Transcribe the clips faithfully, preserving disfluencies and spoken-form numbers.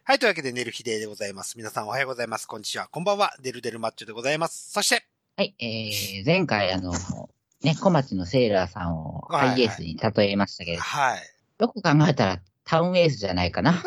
はい、というわけで、寝る日でございます。皆さんおはようございます。こんにちは。こんばんは。デルデルマッチョでございます。そして。 はい、えー、前回、あの、ね、小町のセーラーさんをハイエースに例えましたけれど、 はい、はい。 よく考えたら、タウンエースじゃないかな。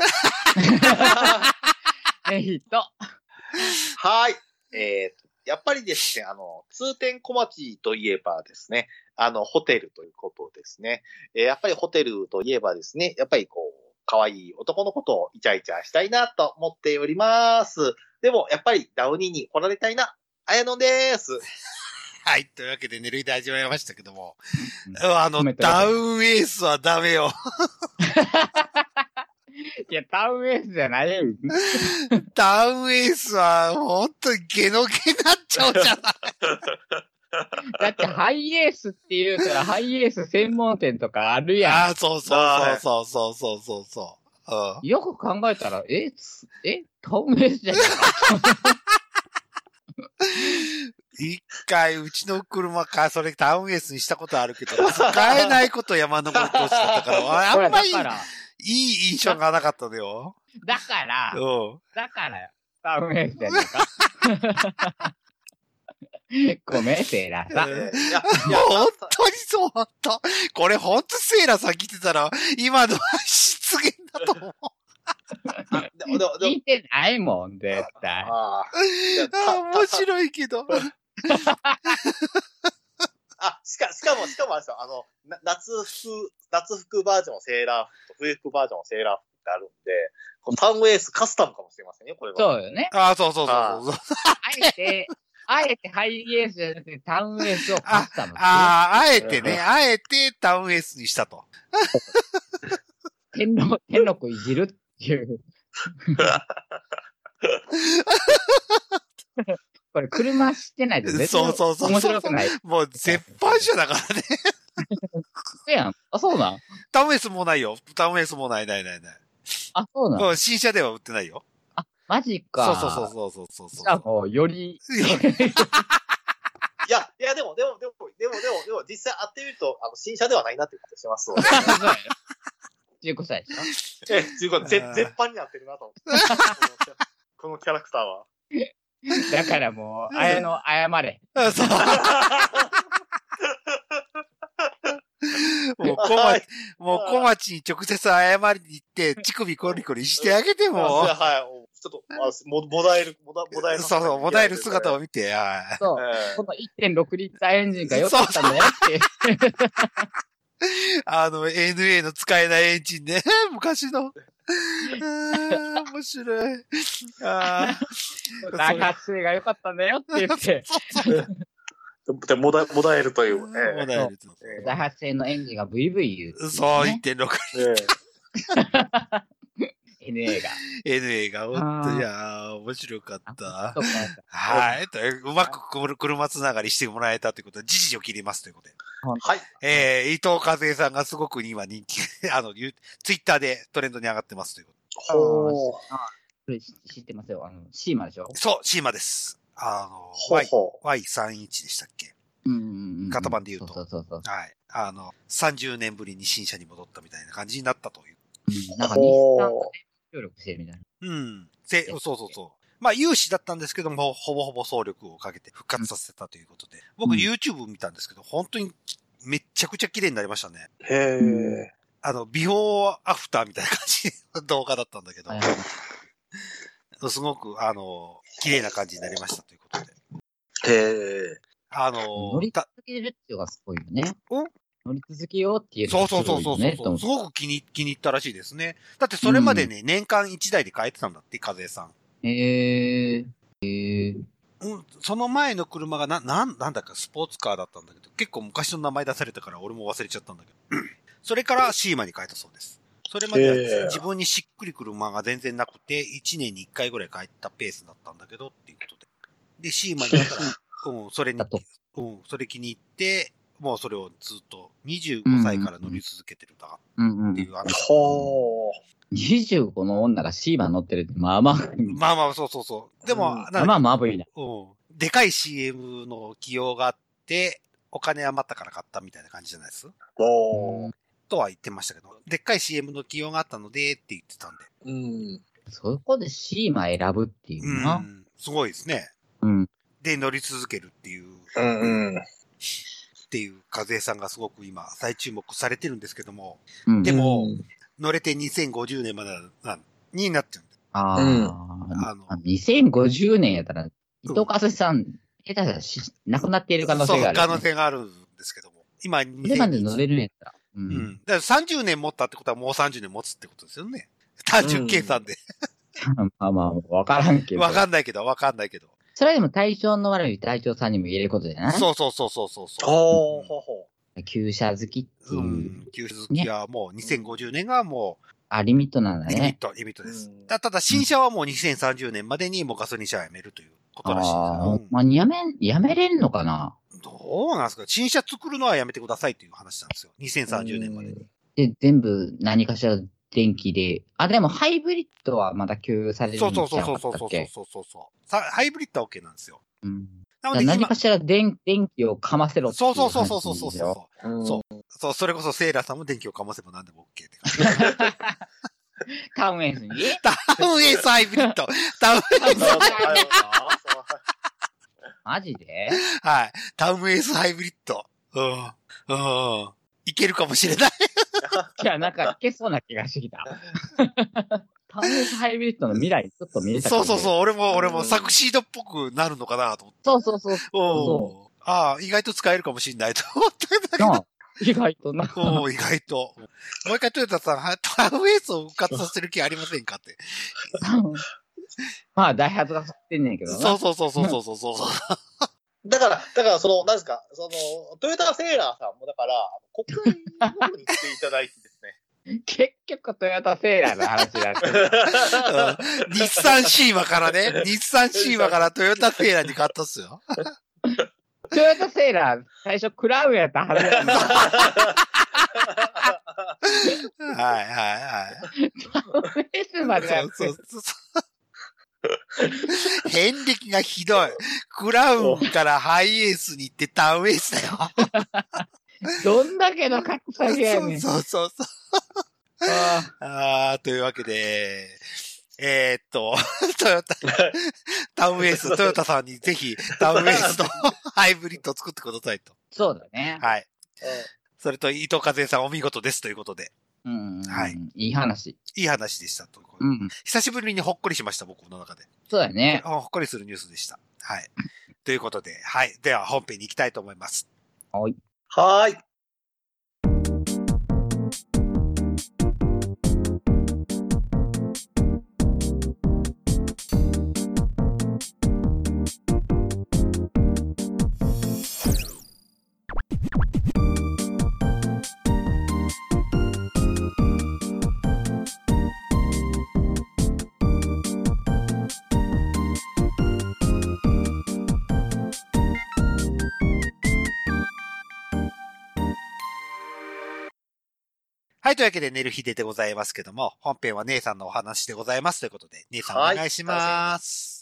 えーっと。 はい。えーやっぱりですね、あの、通天小町といえばですね、あの、ホテルということですね。えーやっぱりホテルといえばですね、やっぱりこう、可愛い男の子とイチャイチャしたいなと思っております。でも、やっぱりダウニーに来られたいな、あやのです。 はい。というわけで、寝る日で始まりましたけども、あの、ダウンエースはダメよ。 いや、タウンエースじゃないよ。 ダウンエースは、ほんとにゲノゲになっちゃうじゃない。 だって、ハイエースって言うから、ハイエース専門店とかあるやん。 ああ、そうそうそうそうそうそうそう、うん。 よく考えたら、え、え、タウンエースじゃないか。 一回、うちの車か、それタウンエースにしたことあるけど、使えないこと山登りとしてたから、あんまりいい印象がなかったのよ。 だから、 うん、 だから、タウンエースじゃないか。ごめん、セーラーさん。 えー、いや、本当にそう、本当。これ本当セーラーさん来てたら、今のは失言だと思う。 聞いてないもん、絶対。 ああ、面白いけど。 あ、しか、しかも、しかもあれですよ、あの、夏服、夏服バージョンセーラー服と冬服バージョンセーラー服ってあるんで、このタウンエースカスタムかもしれませんね、これは。 そうよね。 ああ、そうそうそうそう。 あえて、あえてハイエースじゃなくてタウンエースをカスタム。 ああ、あえてね、あえてタウンエースにしたと。 天禄、天禄いじるっていう。これ車知ってないと絶対面白くない。 もう絶版車だからね。 そうやん。あ、そうなん？ タウンエースもうないよ。タウンエースもうないないないない。 あ、そうなん？ 新車では売ってないよ。 あ、マジか。 そうそうそうそうそうそう。 じゃあもう、より。 いや、いや、でも、でも、でも、でも、でも、でも、実際会ってみると、あの、新車ではないなっていう感じしますわ。 じゅうごさいでしょ？え、じゅうごさい、絶、絶版になってるなと思って。このキャラクターは。 だからもう、あやの、謝れ。 そう。もう小町、もう小町に直接謝りに行って、乳首コリコリしてあげても。 はい。ちょっと、あも、もだえる、もだ、もだえる。 そうそう、もだえる姿を見て、はい。 そう。この いってんろく リッターエンジンが良かったんだよって。 あの、エヌエー の使えないエンジンね。昔の。面白い。ああ。大発生が良かったんだよって言って。 で、もだ、もだえるという。 もだえると。 大発生のエンジンがブイブイ言う。 そう、いってんろく リッター。 エヌエー が。 エヌエー が、ほんと、いやー、面白かった。はい。うまく車つながりしてもらえたということで、時事を切りますということで。 はい。 えー、伊藤和恵さんがすごく今人気、あの、ツイッターでトレンドに上がってますということで。ほー。あ、これ知ってますよ。あの、シーマでしょ？ そう、シーマです。あの、Y、ワイさんじゅういち でしたっけ？ うんうんうん。 型番で言うと。 そうそうそう。 はい。あの、さんじゅうねんぶりに新車に戻ったみたいな感じになったという。 うん。なんか日産が協力してるみたいな。 うん。せ、そうそうそう。まあ、有志だったんですけども、ほぼほぼ総力をかけて復活させたということで。僕、うん、YouTube 見たんですけど、本当にめっちゃくちゃ綺麗になりましたね。 へー。 あの、ビフォーアフターみたいな感じの動画だったんだけど、すごく、あの、綺麗な感じになりましたということで。 へー。 あの、乗り続けるっていうのがすごいよね。 お乗り続けようっていうのがすごいよね。そうそうそうそう。すごく気に、気に入ったらしいですね。だってそれまでね、うん、年間いちだいで買えてたんだって、和江さん。 へえー。へえー。 うん、その前の車がな、なん、なんだかスポーツカーだったんだけど、結構昔の名前出されたから俺も忘れちゃったんだけど。それからシーマに変えたそうです。それまでは自分にしっくりくる車が全然なくて、いちねんにいっかいぐらい変えたペースだったんだけど、っていうことで。で、シーマになったら、うん、それに、うん、それ気に入って、もうそれをずっとにじゅうごさいから乗り続けてるんだっていう話。 ほー。にじゅうごの女がシーマ乗ってるって、まあまあ。 まあまあ、そうそうそう。でも、 うん、まあまあまあぶいな。 うん。でかい シーエム の起用があって、お金余ったから買ったみたいな感じじゃないですおー。 とは言ってましたけど、でっかい シーエム の起用があったのでって言ってたんで。 うん。 そこでシーマ選ぶっていうな。 うん。すごいですね。 うん。 で、乗り続けるっていう。 うんうん。 っていう、和江さんがすごく今、再注目されてるんですけども。 うん、 でも、 うん、 乗れてにせんごじゅうねんまでになっちゃうんです。 あ、うん、あの、にせんごじゅうねんやったら、伊藤和さん、下手したらし亡くなっている可能性がある、ね。 そう、可能性があるんですけども。今、 にせんまで乗れるんやったら。 うん。うん。だからさんじゅうねん持ったってことはもうさんじゅうねん持つってことですよね。単純計算で。 うん、まあまあ、わからんけど。 わかんないけど、わかんないけど。 それでも体調の悪い隊長さんにも言えることじゃない？ そうそうそうそうそう。 ほうほうほう。旧車好きっていう。うん。 旧車好きはもうにせんごじゅうねんがもう、 あ、リミットなんだね。 リミット、リミットです。ただ、新車はもうにせんさんじゅうねんまでにもうガソリン車をやめるということらしいです。 ああ、まあ、やめ、やめれんのかな？ どうなんですか？新車作るのはやめてくださいっていう話なんですよ。にせんさんじゅうねんまでに。 で、全部何かしら電気で。あ、でもハイブリッドはまだ給油されるんちゃうかったっけ？ そうそうそうそうそうそうそう。ハイブリッドは OK なんですよ。 うん。なので何かしら電電気をかませろっていう。 そうそうそうそうそうそう。そう。そう、それこそセーラーさんも電気をかませば何でも OK って感じ。 タウンエースにタウンエースハイブリッド。タウンエースハイブリッド。 マジで？ はい。タウンエースハイブリッド。うん。うん。いけるかもしれない。 いや、なんかいけそうな気がしてきた。タウンエースハイブリッドの未来ちょっと見えた。 そうそうそう。俺も、俺もサクシードっぽくなるのかなと思って。 そうそうそうそう。 ああ、意外と使えるかもしれないと思ってんだけど。 意外とな。 お意外と。もう一回トヨタさん、タウンエースを復活させる気ありませんかって。 まあ、ダイハツが吸ってんねんけどな。 そうそうそうそうそうそう。 だから、だからその、なんですか、その、トヨタセーラーさんもだから、国内の方に来ていただいてですね。 結局トヨタセーラーの話だって。日産シーマからね、日産シーマからトヨタセーラーに買ったっすよ。 トヨタセーラー、最初クラウンやったはずやん。 はいはいはい。 タウンエースまでやって。そうそうそう。 遍歴がひどい。クラウンからハイエースに行ってタウンエースだよ。 どんだけの格差げやねん。 そうそうそうそう。ああ、というわけで、えー、っと、トヨタ、タウンエース、トヨタさんにぜひタウンエースのハイブリッドを作ってくださいと。 そうだね。 はい。それと伊藤和恵さんお見事ですということで。 うん。 はい。 いい話。 いい話でしたと。 うん。 久しぶりにほっこりしました、僕の中で。 そうだね。 ほっこりするニュースでした。はい。ということで、はい。では本編に行きたいと思います。 はい。 はーい。 はい、というわけで、寝る日ででございますけども、本編は姉さんのお話でございますということで、姉さんお願いします。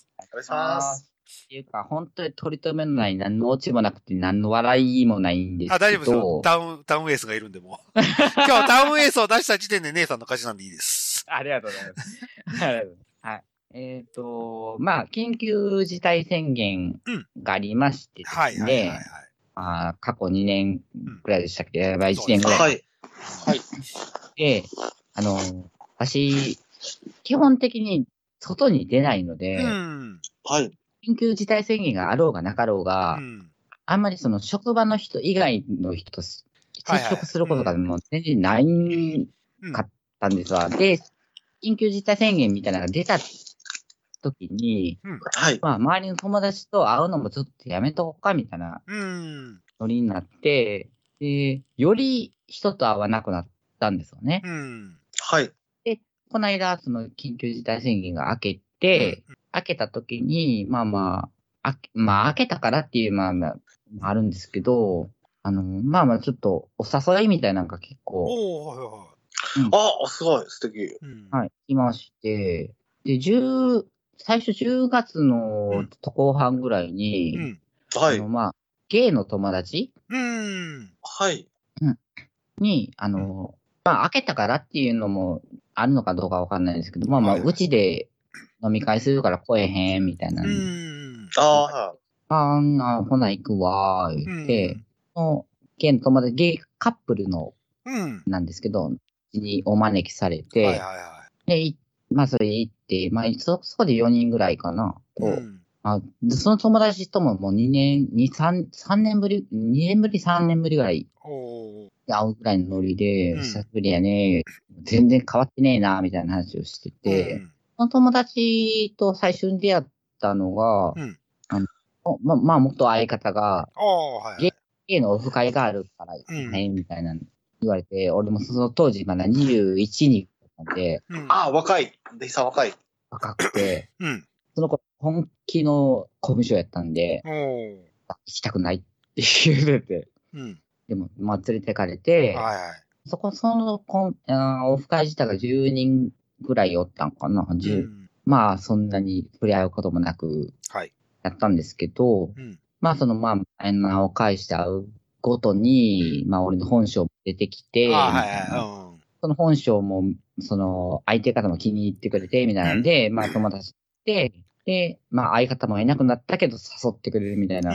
はい、お願いします。 っていうか、本当に取り留めのない何のオチもなくて何の笑いもないんですけど。 あ、大丈夫ですよ。タウン、タウンエースがいるんでもう。今日タウンエースを出した時点で姉さんの勝ちなんでいいです。 ありがとうございます。ありがとうございます。はい。えっ、ー、と、まあ、緊急事態宣言がありましてですね。はいはいはい、はい。あ過去にねんくらいでしたっけ、うん、まあいちねんくらい。 はい。はい。 で、あの、私、基本的に外に出ないので、うん、 はい。 緊急事態宣言があろうがなかろうが、うん、あんまりその職場の人以外の人と接触することがもう全然ないかったんですわ。うん、で、緊急事態宣言みたいなのが出た時に、うん、はい。まあ、周りの友達と会うのもちょっとやめとこうかみたいなノリになって、で、より人と会わなくなったんですよね。 うん。はい。 で、この間、その緊急事態宣言が明けて、うん、明けた時に、まあまあ、あまあ明けたからっていう、まあまあ、あるんですけど、あの、まあまあちょっとお誘いみたいなのが結構。 おー、はいはい。うん、あ、すごい、素敵。 はい、いまして、で、10、最初じゅうがつの後半ぐらいに、うんうん、はい。あの、まあ、ゲイの友達うん。はい。 うん。に、あの、まあ、開けたからっていうのもあるのかどうかわかんないですけど、まあまあ、うちで飲み会するから来えへん、みたいな。うん。 ああ。あんな、ほな行くわ、言って、その、ゲイの友達、ゲイカップルの、なんですけど、にお招きされて、はいはいはい。で、まあそれ行って、まあそ、そこでよにんぐらいかな、と、うん、あその友達とももうにねん、に、さん、さんねんぶり、にねんぶり、さんねんぶりぐらい、会うぐらいのノリで、うん、久しぶりやね、全然変わってねえな、みたいな話をしてて、うん、その友達と最初に出会ったのが、うん、あのま、まあ、元相方が、はいはい、ゲイのオフ会があるから行かへんみたいな言われて、うん、俺もその当時まだにじゅういちにんだったんで、 うん、ああ、若い。デイさん若い。 若くて、うん、その子本気のコミュ障やったんで、行きたくないって言うてて、うん、でも、まあ、連れてかれて、はいはい、そこ、そのコンあ、オフ会自体がじゅうにんぐらいおったんかな、じゅう、うん、まあ、そんなに触れ合うこともなく、やったんですけど、はい、うん、まあ、その、まあ、あの、を返して会うごとに、まあ、俺の本性も出てきて、みたいな。うん、その本性も、その、相手方も気に入ってくれて、みたいなんで、うん、まあ、友達で、で、まあ、相方もいなくなったけど誘ってくれるみたいな。うん、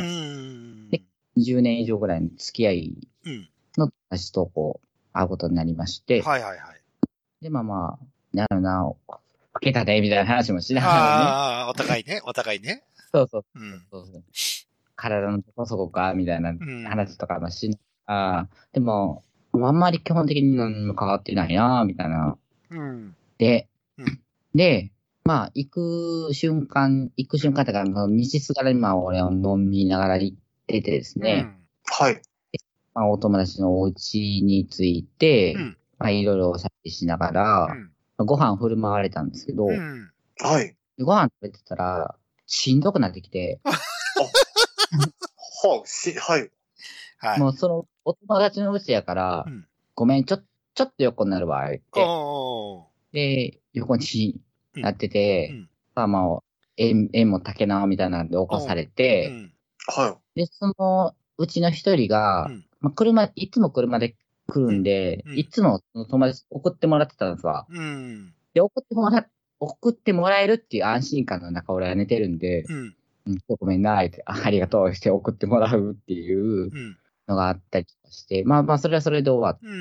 で、じゅうねん以上ぐらいの付き合いの友達とこう、会うことになりまして。はいはいはい。で、まあまあ、なるな、かけたで、みたいな話もしながらね。 ああ、お互いね、お互いね。 そうそう。うん、そうそう、体のとこそこか、みたいな話とかもしながら、うん、でも、あんまり基本的に何も変わってないな、みたいな。うん、で、うん、で、まあ、行く瞬間、行く瞬間とか、道すがらにまあ、俺は飲みながら行っててですね。うん、 はい。 まあ、お友達のお家に着いて、うん、まあ、いろいろおしゃべりしながら、うん、まあ、ご飯振る舞われたんですけど、うん、 はい。 ご飯食べてたら、しんどくなってきて。はし、はい。 はい。もうその、お友達のうちやから、うん、ごめん、ちょ、ちょっと横になるわ、言って。で、横になってて、うんうん、まあまあ、縁、縁も竹縄みたいなんで起こされて、うん、はい。で、その、うちの一人が、うん、まあ、車、いつも車で来るんで、うんうん、いつもその友達送ってもらってたんですわ。うん、で、送ってもら、送ってもらえるっていう安心感の中、俺は寝てるんで、うんうん、ごめんな、って、ありがとうして送ってもらうっていうのがあったりとかして、まあまあ、それはそれで終わって、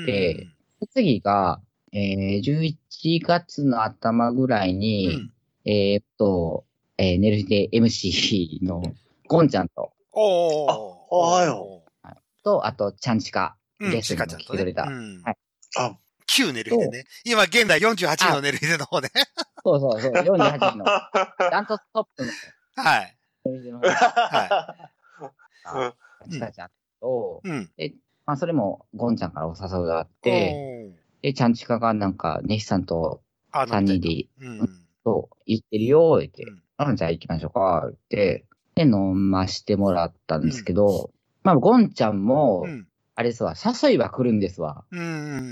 うん、次が、えー、じゅういちがつの頭ぐらいに、うん、えー、っと、えー、寝る日で エムシー のゴンちゃんと、 おー、あ、おはよう。と、あと、ちゃんちか、ゲストに来てくれた。うん、はい。 あ、旧寝る日でね。今、現代よんじゅうはちの寝る日での方ね。 そうそうそう、よんじゅうはちの。ダントツトップの。 はい。 はい。ちかちゃんと、うん、で、まあ、それも、ゴンちゃんからお誘いがあって、で、ちゃんちかがなんか、ネヒさんとさんにんで、うん、と言ってるよ、言って、うん、あじゃあ行きましょうか、言って、で、飲ましてもらったんですけど、うん、まあ、ゴンちゃんも、うん、あれですわ、誘いは来るんですわ。うん、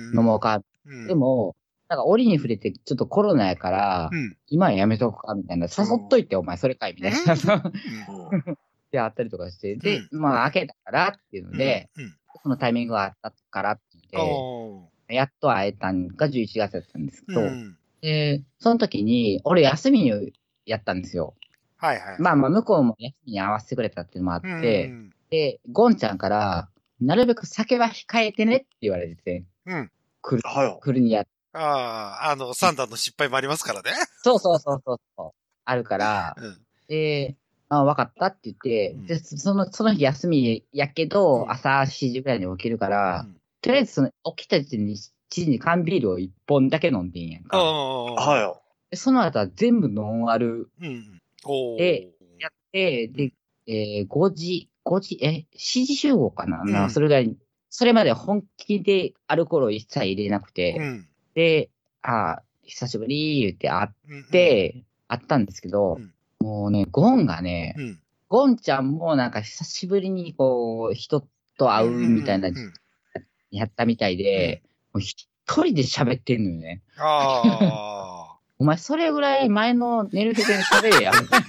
飲もうか。うん、でも、なんか折に触れて、ちょっとコロナやから、うん、今はやめとくか、みたいな。誘っといて、お前、それかい、みたいな。で、あったりとかして、で、うん、まあ、開けたからっていうので、うんうん、そのタイミングがあったからって言って、やっと会えたんがじゅういちがつだったんですけど、うん、で、その時に、俺休みにやったんですよ。はいはい。まあまあ、向こうも休みに合わせてくれたっていうのもあって、うん、で、ゴンちゃんから、なるべく酒は控えてねって言われてて、うん、来る、来るにや。 ああ、あの、三段の失敗もありますからね。 そうそうそうそうそう。あるから、うん、で、あ、わかったって言って、うん、で、その、その日休みやけど、うん、朝しちじくらいに起きるから、うん、とりあえずその、起きた時点にしちじに缶ビールをいっぽんだけ飲んでんやんか。 はいよ。 で、その後は全部ノンアル。うん、で、やって、で、えー、ごじ、ごじ、え、しちじ集合かな、うん、なんかそれぐらい、それまで本気でアルコールを一切入れなくて、うん、で、あ、久しぶり言って会って、うんうん、会ったんですけど、うん、もうね、ゴンがね、うん、ゴンちゃんもなんか久しぶりにこう、人と会うみたいな、やったみたいで、うん、もう一人で喋ってんのよね。あお前それぐらい前の寝る日で喋れや。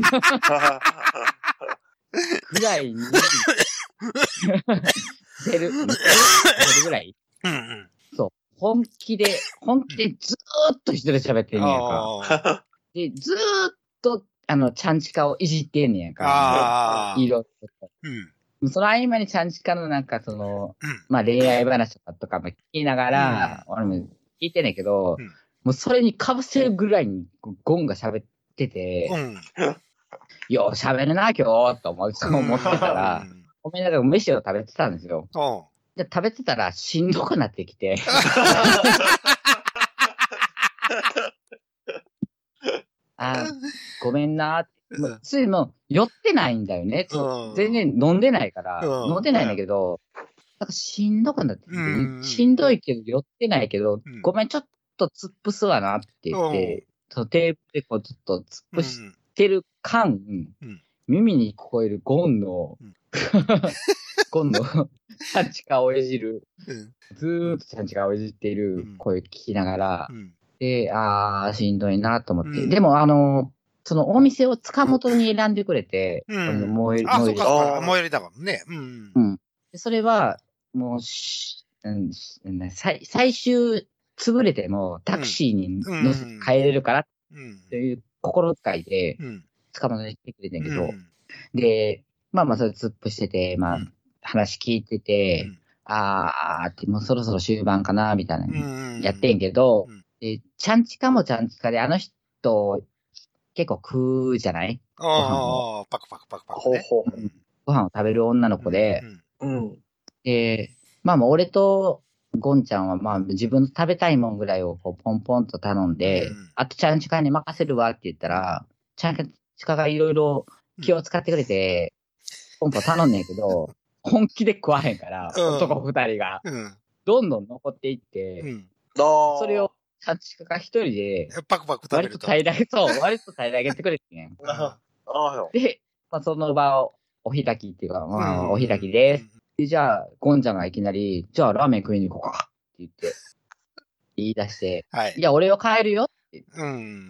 ぐらいに、出る、出るぐらい、うんうん、そう。 本気で、本気でずーっと一人で喋ってんねやんか。で、ずーっと、あの、ちゃんちかをいじってんねやんか。 ああ。 いろいろと。 うん。 その合間にちゃんちかのなんかその、 うん、 まあ恋愛話とかとかも聞きながら、うん、俺も聞いてんねんけど、うん、もうそれに被せるぐらいにゴンが喋ってて、うん、よう喋るな今日と思って思ってたら、ごめんなさい、飯を食べてたんですよ。で食べてたらしんどくなってきて。あ、ごめんなって。ついも酔ってないんだよね。うん、全然飲んでないから、うん、飲んでないんだけど、なんかしんどくなってきて、うん、しんどいけど酔ってないけど、うん、ごめん、ちょっと突っ伏すわなって言って、そのテープでこうちょっと突っ伏してる間、うん、耳に聞こえるゴンの、うん、ゴンのチャンチカをいじる、うん、ずーっとチャンチカをいじっている声聞きながら、うん、で、あー、しんどいなと思って。うん、でも、あの、そのお店を塚本に選んでくれて、 うん、 燃える。 あ、そうか、燃えるだからね。うん。 うん。でそれは、もうし、うん、最、最終、潰れてもタクシーに乗せて帰れるから、という心遣いで、塚本に来てくれてんけど、うん、で、まあまあ、それ突っ伏してて、まあ、うん、話聞いてて、うん、あーって、もうそろそろ終盤かな、みたいな、やってんけど、うんで、ちゃんちかもちゃんちかで、あの人、結構食うじゃないご飯を。 パクパクパクパク、ね。 ほうほう。ご飯を食べる女の子で、うん。うん、で、まあまあ、俺とゴンちゃんは、まあ、自分の食べたいもんぐらいをこうポンポンと頼んで、うん、あとちゃんちかに任せるわって言ったら、ちゃんちかがいろいろ気を使ってくれて、ポンポン頼んねんけど、本気で食わへんから、うん、男二人が、うん、どんどん残っていって、うん、それを、ちゃんちかが一人で、 パクパク食べると。 割と平らげ、そう、割と平らげてくれてん。で、まあ、その場をお開きっていうか、まあ、お開きです。で、じゃあ、ゴンちゃんがいきなり、じゃあラーメン食いに行こうかって言って、言い出して、はい、いや、俺は帰るよって。うん。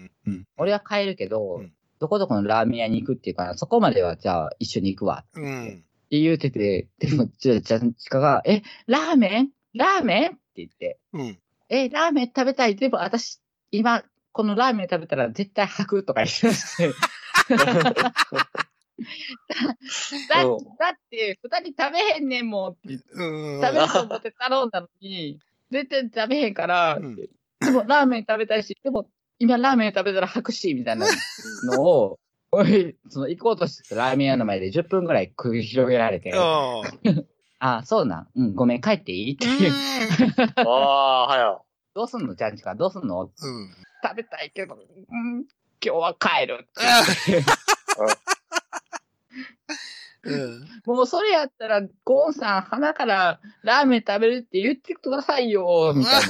うん。俺は帰るけど、うん、どこどこのラーメン屋に行くっていうから、そこまではじゃあ一緒に行くわって言って。うん、って言ってて、でも、じゃあ、ちゃんちかが、え、ラーメンラーメンって言って、うん、え、ラーメン食べたい。でも私、今、このラーメン食べたら絶対吐くとか言いまして。だ, だ, だって、二人食べへんねんもんって。食べると思って頼んだのに、絶対食べへんから、うん、でもラーメン食べたいし、でも今ラーメン食べたら吐くし、みたいなのを、その行こうとしてたラーメン屋の前でじゅっぷんぐらい繰り広げられて、あ、そうなん、うん、ごめん、帰っていいっていう。ああ、はや。どうすんのちゃんちか、どうすんの、うん、食べたいけど、うん、今日は帰るってうん。もうそれやったら、ゴンさん、鼻からラーメン食べるって言ってくださいよ、みたい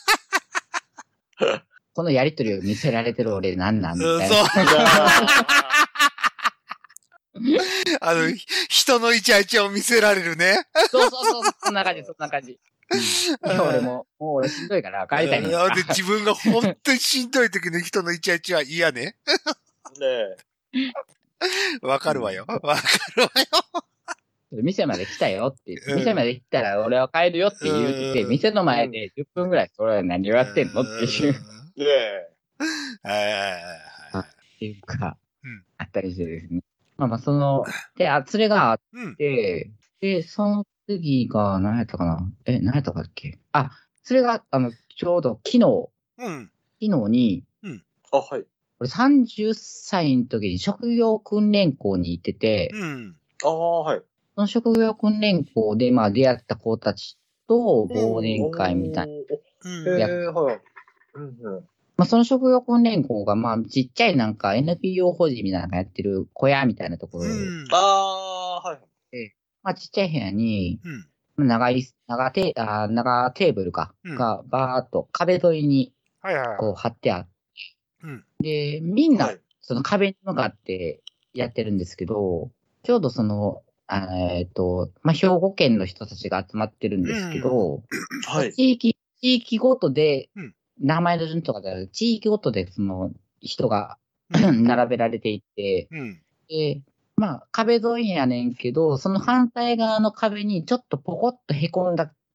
な。このやりとりを見せられてる俺なんなんみたいな。 あの、人のイチャイチャを見せられるね。 そうそうそう、そんな感じ、そんな感じ。うん、俺も、もう俺しんどいから帰りたいね。 で自分が本当にしんどい時の人のイチャイチャは嫌ね。ねえ。わかるわよ。わかるわよ。 店まで来たよって、うん、店まで来たら俺は帰るよって言ってて、うん、店の前でじゅっぷんぐらいそれは何をやってんのっていう。ねえ。っていうか、うん、あったりしてですね。まあまあその、で、あ、それがあって、うん、で、その次が何やったかなえ、何やったかっけあ、それが、あの、ちょうど昨日、うん、昨日に、うん、あ、はい。俺さんじゅっさいの時に職業訓練校に行ってて、うん、ああ、はい。その職業訓練校で、まあ出会った子たちと忘年会みたいな。うん、へえ、はい。うんうん、まあその職業訓練校が、まあちっちゃいなんか エヌピーオー 法人みたいなのがやってる小屋みたいなところ。うん、ああ、はい。で、まあちっちゃい部屋に、うん、長い、長テあ長テーブルか、うん、がバーっと壁沿いにこう貼ってあって、うん、で、みんな、その壁に向かってやってるんですけど、ちょうどその、えっと、まあ、兵庫県の人たちが集まってるんですけど、うんはい、地域、地域ごとで、名前の順とかである、地域ごとでその人が並べられていて、うん、で、まあ、壁沿いやねんけど、その反対側の壁にちょっとポコッと凹んだ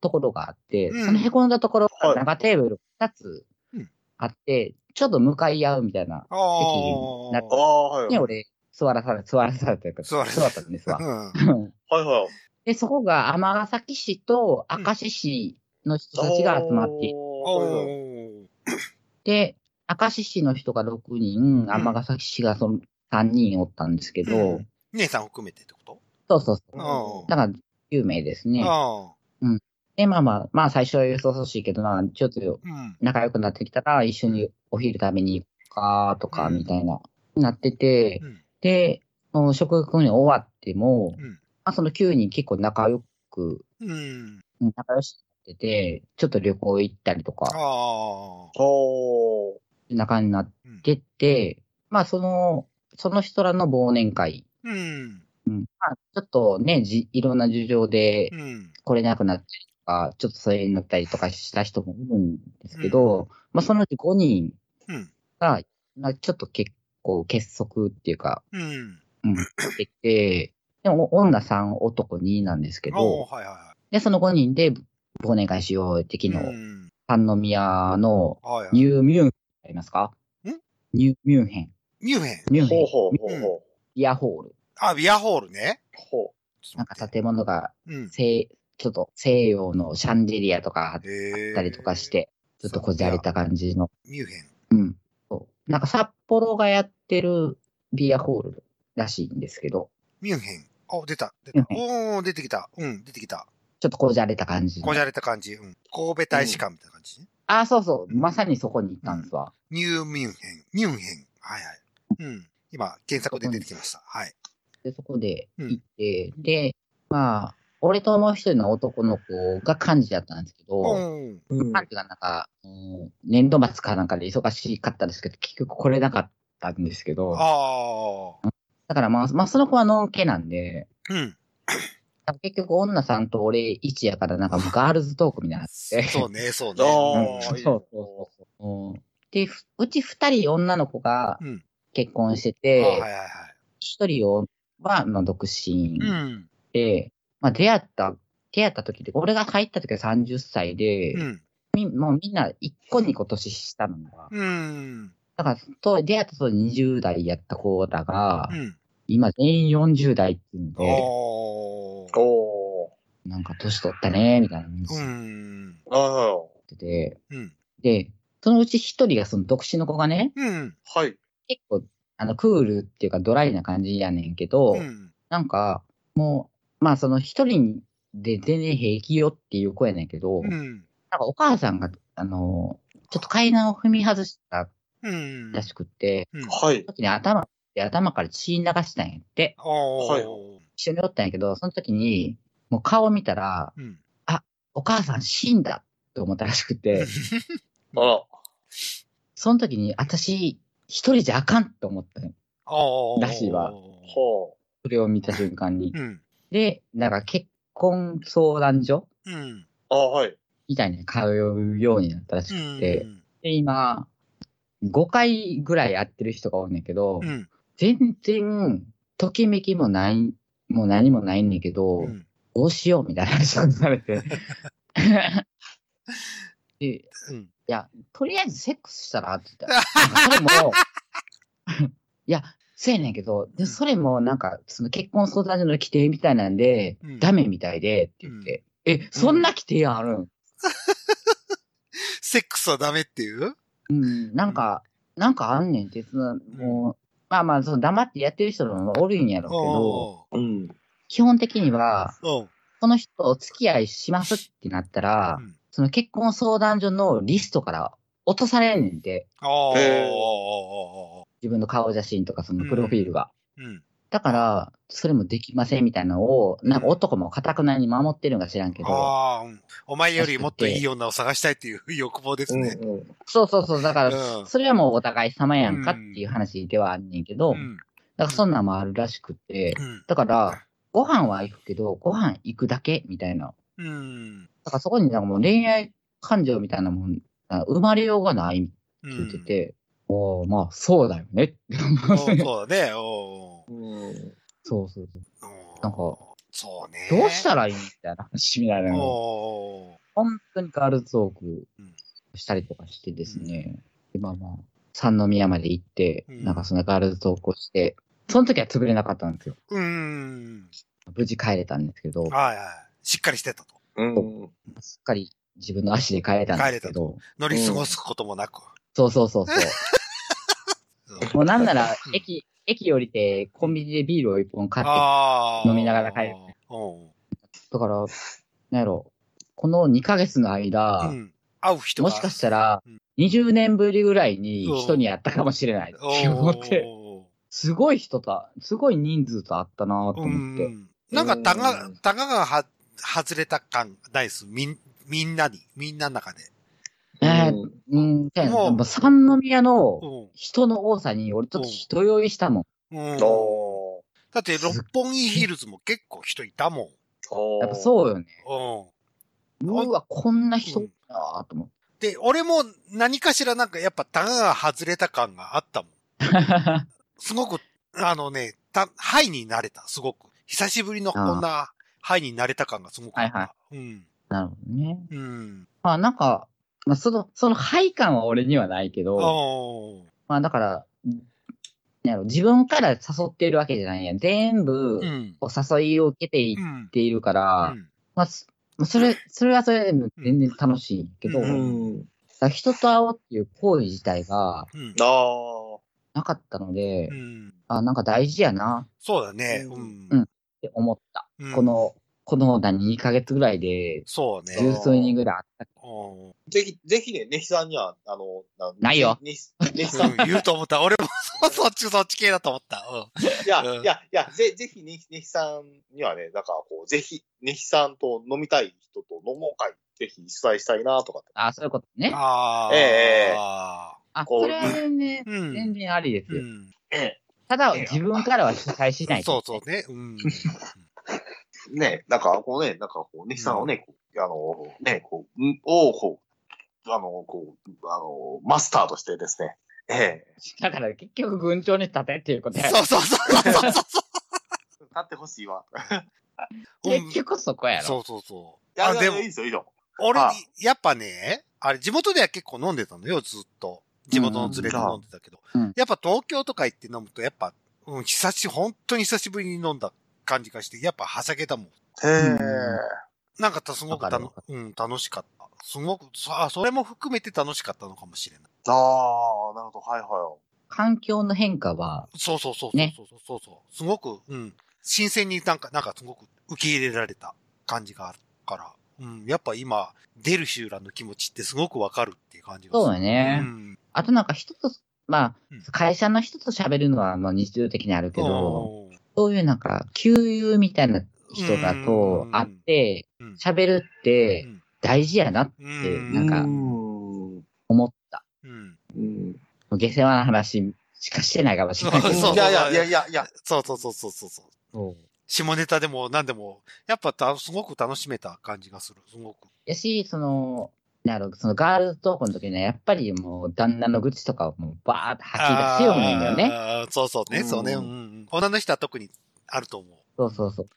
ところがあって、 うんその凹んだところが長テーブルふたつうんあって、ちょっと向かい合うみたいなああ。 席になっああ、はい。 て、俺、座らされ、座らされたというか、 座ら座ったんですわ。 うん。 はいはい。 で、そこが尼崎市と明石市の人たちが集まっていて、 おはいはい。 ー。 で、明石市の人がろくにん、尼崎市がそのさんにんおったんですけど、 うん姉さん含めてってことそうそうそう。 あだから、有名ですね。 あ。 で、まあまあ、まあ最初はよそそしいけど、まあ、ちょっとうん。 仲良くなってきたら、一緒にお昼食べに行くか、とか、 うんみたいな、なってて、 うん。 で、もう食育に終わっても、 うん。 まあそのきゅうにん結構仲良く、 うん。 うん仲良しになってて、ちょっと旅行行ったりとあか、 あ。 おー。 仲になってて、まあその、その人らの忘年会、 うん。 うんまあ、ちょっとね、じいろんな事情でうん。 来れなくなったりとか、ちょっとそれになったりとかした人もいるんですけど、まあそのうちごにんうん。 が、まあちょっと結構結束っていうか、 うん。 うん、できて、でも女さん男になんですけああ、 ど、 はいはで、そのごにんで忘年会しようっていはい。 昨日、 うん。 三宮のはいはい。 ニューミュンヘンありますかんニューミュンヘン。 ミュンヘン。 ミュンヘン。 ほうほうほうほう。 ビアホール。 あ、ビアホールね。 ほなんか建物がうん。 西、ちょっと西洋のシャンデリアとかあっへえ。 たりとかし。て、ちょっとこじゃれた感じの。 ミュンヘン。 うん。そうなんか札幌がやってるビアホールらしいんですけど、 ミュンヘン。あ、出た。出た。 ミュンヘンおー、出てきた。うん、出てきた。 ちょっとこじゃれた感じの。 こじゃれた感じ。うん。神戸大使館みたいな感じね。 あ、そうそう。まさにそこに行ったんですわ。 ニューミュンヘン。ミュンヘン。はいはい。うん。今、検索で出てきました。はい。 で、そこで行って、で、まあ、俺ともう一人の男の子が幹事だったんですけど、 おー。 う。うん。 幹事がなんか、うん年度末かなんかで忙しかったんですけど、結局来れなかったんですけど、 ああ。 だからまあ、まあ、その子はのんけなんで、 うん。 結局女さんと俺一やからなんかもうガールズトークみたいになって。 そうね、そうあね。 あ、 そういいそうそうそう。で、ふうち二人女の子がうん。うん。 結婚してあはいて、 はいはい。 一人は、まあ、独身うん。 で、まあ、出会った、出会った時で、俺が入った時はさんじゅっさいで、 うん。 みもうみんないっこに個年下なのが。 うん。 だから、と出会ったとにじゅう代やった子らが、 うん。 今全員よんじゅう代っていうんで、 おー。 おー。 なんか年取ったね、みたいな話う言ん。 ああ、 ってて、 うん。 で、そのうち一人がその独身の子がね、 うん。 はい。 結構、あの、クールっていうかドライな感じやねんけど、 うん。 なんか、もう、まあその一人で全然平気よっていう子やねんけど、 うん。 なんかお母さんが、あの、ちょっと階段を踏み外したうん。 らしくって、 うん。 はいその。時に頭、頭から血流したんやって、 おー。 はい一緒におったんやけど、その時に、もう顔見たら、 うん。 お母さん死んだって思ったらしくて、 あら。 その時に私、一人じゃあかんって思ったのおー。 らしいわほそれを見た瞬間に。 うん。 で、なんか結婚相談所うん。 う。ああ、はい。 みたいに通うようになったらしうくて、 ん。 で、今、ごかいぐらい会ってる人がおんねんけど、 うん。 全然、ときめきもない、もう何もないねんけど、 うん。 どうしようみたいな話をされて。で、いうん。 や、とりあえずセックスしたらって言ったら、なんかそれも、いや、そうやねんけど、で、それもなんか、その結婚相談所の規定みたいなんで、 うんダメみたいで、って言って、え、そんな規定あるん、 セックスはダメっていううん、なんか、なんかあんねんって、その、もう、まあまあ、その黙ってやってる人もおるんやろうけど、 おー。 うん。 基本的には、 おー。 その人とお付き合いしますってなったら、 うん。 その結婚相談所のリストから落とされんねんて、 おー。 へーおー。 自分の顔写真とかそのプロフィールが。 うん。 だから、それもできませんみたいなのを、なんか男も堅くなに守ってるんか知らんけど、 ああ、うんお前よりもっといい女を探したいっていう欲望ですね。 うんうん。 そうそうそう、だから、 うんそれはもうお互い様やんかっていう話ではあんねんけど、 うん。 だからそんなんもあるらしくって、 うん。 だから、ご飯は行くけど、ご飯行くだけみたいな。 うん。 だからそこになんかもう恋愛感情みたいなもん、あ生まれようがないってうん。 言ってて、おーまあ、そうだよねって思おってーそうだね。おーうん。 そうそうそう。 おーなんか、 そうね。 どうしたらいいみたいな話みたいなのを。本当にガールズトークしたりとかしてですね。うん、でまあまあ、三宮まで行って、うん、なんかそのガールズトークをして、その時は潰れなかったんですよ。うん。無事帰れたんですけど。 はいはい。しっかりしてたと。 うん。 しっかり自分の足で帰れたんですけど。 乗り過ごすこともなく。うん、 そうそうそうそう。もうなんなら、駅、駅降りて、コンビニでビールを一本買って、飲みながら帰る。だから、なんやろ、このにかげつの間、うん、 会う人がもしかしたら、にじゅうねんぶりぐらいに人に会ったかもしれないって思って、すごい人と、すごい人数と会ったなと思って。 なんか、たが、たががは、外れた感ないです。みん、みんなに、みんなの中で。 えー、うん、もう、三宮の人の多さに、俺ちょっと人酔いしたもん。うん。 だって、六本木ヒルズも結構人いたもん。 やっぱそうよね。うん。うわ、こんな人だと思って。 で、俺も何かしらなんかやっぱタガが外れた感があったもん。すごく、あのね、た、ハイになれた、すごく。久しぶりのこんなハイになれた感がすごくあった。はいはい。うん。 なるほどね。うん。まあなんか、まあその、そのハイ感は俺にはないけど、まあだから、やろ自分から誘っているわけじゃないやん。全部、お誘いを受けていっているから、うんうん、まあ、それ、それはそれでも全然楽しいけど、うん、人と会おうっていう行為自体が、なかったので、うん、あ、なんか大事やな。 そうだね。 うん。うん、って思った。うん、この、この何、にかげつぐらいで、 そうね。 十数人ぐらいあった。 ぜひ、ぜひね、ネヒさんには、あの、 ないよ。 ネヒさん。 言うと思った。俺もそっち、そっち系だと思った。 うん、いや、いや、いや、ぜ、ぜひネヒ、ネヒさんにはね、なんかこう、ぜひ、ネヒさんと飲みたい人と飲もう会、ぜひ主催したいなとか。 ああ、そういうことね。 ああ。ええー。あ、それはね、うん、全然ありですよ。うん、ただ、自分からは主催しない、ね。 そうそうね。うん。 ね、なんか、こうね、なんかこう、ネヒさんをね、うん、あの、ね、こう、を、こう、あの、こう、あの、マスターとしてですね。ええ。 だから結局群青に立てっていうことや。 そうそうそうそうそう。立ってほしいわ。 結局そこやろ。 そうそうそう。 いや、でもいいですよ、いいよ。 俺、やっぱね、あれ、地元では結構飲んでたのよ、ずっと。地元の連れで飲んでたけど。うん、やっぱ東京とか行って飲むと、やっぱ、うん、久し、本当に久しぶりに飲んだ感じがして、やっぱはしゃげたもん。 へえ。 なんかすごくたの、うん、楽しかった。すごく、あ、それも含めて楽しかったのかもしれない。 ああ、なるほど、はいはい。 環境の変化は、 そうそうそうそうそうそうそう、ね、すごく、うん、新鮮になんか、なんかすごく受け入れられた感じがあるから、うん、やっぱ今、出る集団の気持ちってすごくわかるっていう感じがする。 そうだね。うん、あとなんか人と、まあ、うん、会社の人と喋るのはまあ日常的にあるけど、そういうなんか、給油みたいな人だと会って、喋るって大事やなって、なんか、思った。うんうん、下世話な話しかしてないかもしれないけど。 いやいやいやいやいや。 そうそうそうそうそうそう。下ネタでも何でも、やっぱたすごく楽しめた感じがする。すごく。 やし、その、なるそのガールズトークの時にはやっぱりもう旦那の愚痴とかをもうバーって吐き出しようなんだよね。 あそうそうね、うん、そうね。うん。女の人は特にあると思う。 そうそうそう。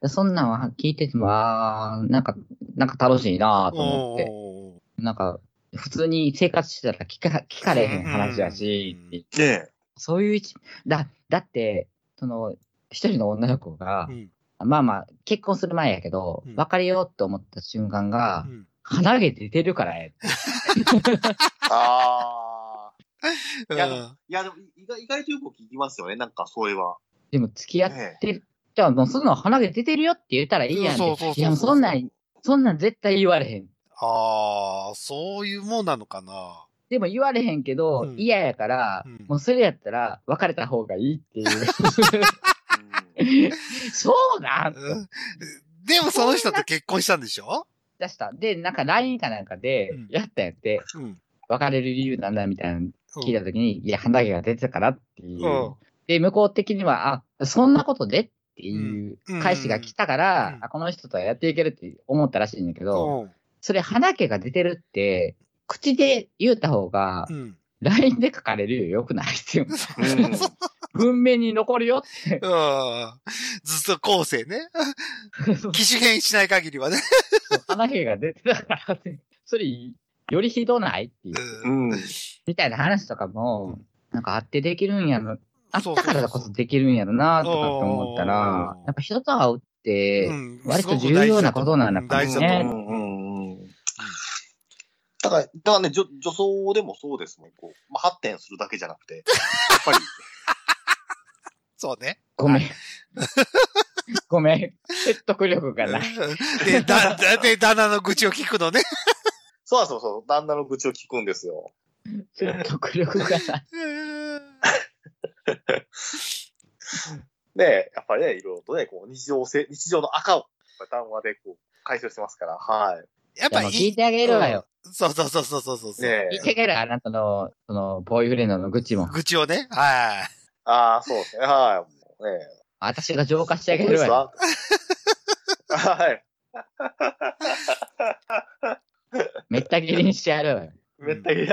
そんなんは聞いてても、あー、なんか、なんか楽しいなと思って。なんか、普通に生活してたら聞か、聞かれへん話だし、 うんうん、 そういう一、だ、だって、その、一人の女の子が、うん、まあまあ、結婚する前やけど、うん、別れようと思った瞬間が、うん、鼻毛出てるからや。 ああ。いや、いやでも意外、意外とよく聞きますよね、なんか、それは。 でも、付き合ってる。じゃあ、もうそんな鼻毛出てるよって言ったらいいやんって。そうそうそうそう。いや、もうそんなん、そんなん絶対言われへん。 ああ、そういうもんなのかな。 でも言われへんけど、うん、嫌やから、うん、もうそれやったら別れた方がいいっていう。そうなん、うん、 でもその人と結婚したんでしょ？ 出した。で、なんか ライン かなんかで、やったんやって、うん、別れる理由なんだみたいなの聞いたときに、うん、いや、鼻毛が出てたからっていう、うん。で、向こう的には、あ、そんなことでっていう返しが来たから、うん、あ、この人とはやっていけるって思ったらしいんだけど、うん、それ鼻毛が出てるって、口で言うた方が、うん、ライン で書かれるよ、よくないっていう。 文面に残るよって。 うん。ずっと後世ね。機種変しない限りはね。 鼻毛が出てたからって。それ、よりひどないっていう。うん。みたいな話とかも、なんかあってできるんやろ。あったからこそできるんやろなとかって思ったら、やっぱ人と会うって、割と重要なことなんだからね。 だから、だからね、女、女装でもそうですね。こう、まあ、発展するだけじゃなくて、やっぱり。 そうね。 ごめん。ごめん。説得力がない。 で、だ、で、旦那の愚痴を聞くのね。 そうそうそう。旦那の愚痴を聞くんですよ。 説得力がない。 で、やっぱりね、いろいろとね、こう、日常せ、日常の赤を、談話でこう、解消してますから、はい。 やっぱり。聞いてあげるわよ。 そうそうそうそうそうそう。 ね聞いてあげる、あなたの、その、ボーイフレンドの愚痴も。 愚痴をね。はい。 ああ、そうですね。はい。もうね。 私が浄化してあげるわよ。 はい。 めった切りにしてやるわよ。 めった切り。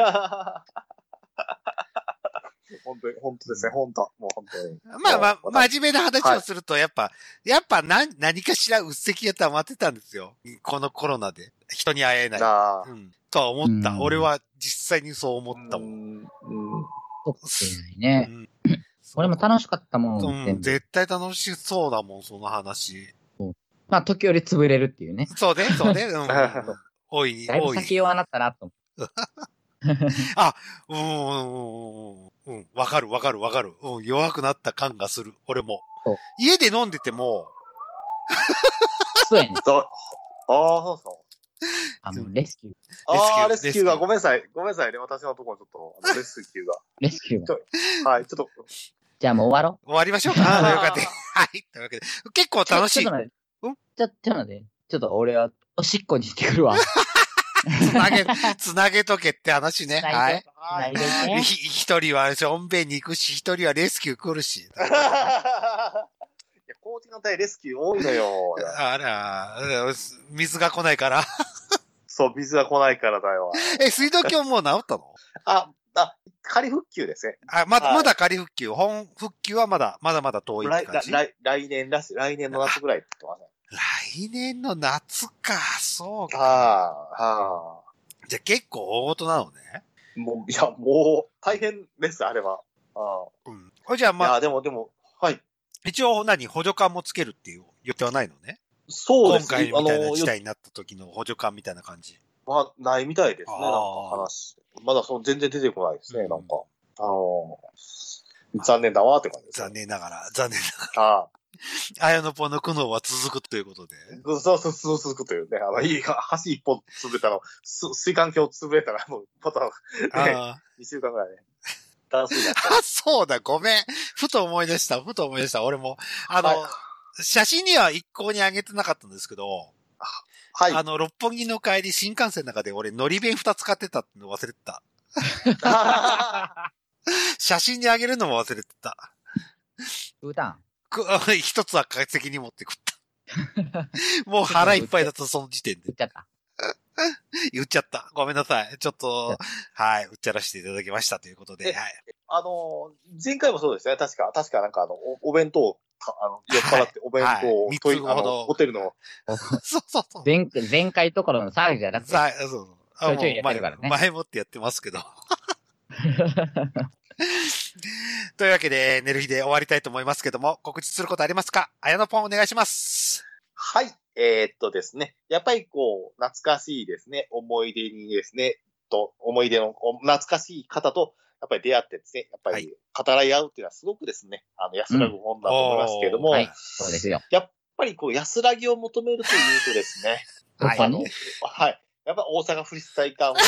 本当に、本当ですね、本当。もう本当に。 まあまあ、真面目な話をすると、やっぱ、はい、やっぱ何、何かしらうっせきが溜まってたんですよ。このコロナで。人に会えない。あうん、とは思った。俺は実際にそう思ったもん。うん。 そうですね。うん、俺も楽しかったもん。 うん、絶対楽しそうだもん、その話。 まあ、時折潰れるっていうね。 そうね、そうね。うん。多い、 だいぶ先弱なったなと思って。 あ、うん、うん、うん、わかるわかるわかる。うん、弱くなった感がする。俺も。家で飲んでても。 そうやね。 そう。ああ、そうそう。 あの、レスキュー。 ああ、レスキューが、ごめんなさい。ごめんなさいね。私のところちょっと、あのレスキューが。 レスキューが。はい、ちょっと。 じゃあもう終わろう。終わりましょうか。ああ、よかった。はい。というわけで。結構楽しい。 ちょっと待って。んちょ、ちょっと待って。ちょっと俺は、おしっこにしてくるわ。 つなげ、つなげとけって話ね。はい。 はい。 一人はしょんべんに行くし、一人はレスキュー来るし。いや、 高知の隊レスキュー多いのよ。 あら、水が来ないから。 そう、水が来ないからだよ。 え、水道橋もう治ったの？ あ、あ、仮復旧ですね。 あ、まだ、はい、まだ仮復旧。本復旧はまだ、まだまだ遠いって感じ。 来、来年らしい。来年の夏ぐらいって言ってません。 来年の夏か、そうか。 はあ、はあ。 じゃあ結構大事なのね。 もう、いや、もう、大変です、あれは。ああ。 うん。これじゃあまあ。 いや、でも、でも、はい。 一応何、補助管もつけるっていう予定はないのね。 そうですね。今回みたいな事態になった時の補助管みたいな感じ。 まあ、ないみたいですね、なんか話。まだその全然出てこないですね、うん、なんか。あのー、残念だわって感じです。 残念ながら、残念ながら。ああ。あやのぽの苦悩は続くということで。 そうそうそう、続くというね。あの、いい、橋一本潰れたの、水管橋潰れたら、もう、また、ね、にしゅうかんぐらいね。断水になった。 あ、そうだ、ごめん。ふと思い出した、ふと思い出した。俺も、あの、はい、写真には一向に上げてなかったんですけど、はい。あの、六本木の帰り、新幹線の中で俺、のり弁二つ買ってたっての忘れてた。写真に上げるのも忘れてた。 うたん。 一つは責任持って食った。もう腹いっぱいだったその時点で。 言っちゃった。 言っちゃった。ごめんなさい。ちょっと、はい、うっちゃらせていただきましたということで。はい。 あの、前回もそうですね。確か、確かなんかあの、お、お弁当を、あの、酔っ払ってお弁当を、 はい、つほど。 ホテルの。 そうそうそう。 前、前回ところの騒ぎじゃなくて。 そうそう。 ちょいちょいやってるからね。 前もってやってますけど。というわけで、寝る日で終わりたいと思いますけども、告知することありますか？あやのぽんお願いします。 はい。えー、っとですね。やっぱりこう、懐かしいですね。思い出にですね、と、思い出の、懐かしい方と、やっぱり出会ってですね、やっぱり語らい合うっていうのはすごくですね、あの、安らぐもんだと思いますけれども、 うん、はい、そうですよ。 やっぱりこう、安らぎを求めるというとですね、 はい、 あの、はい。やっぱ大阪府立体館は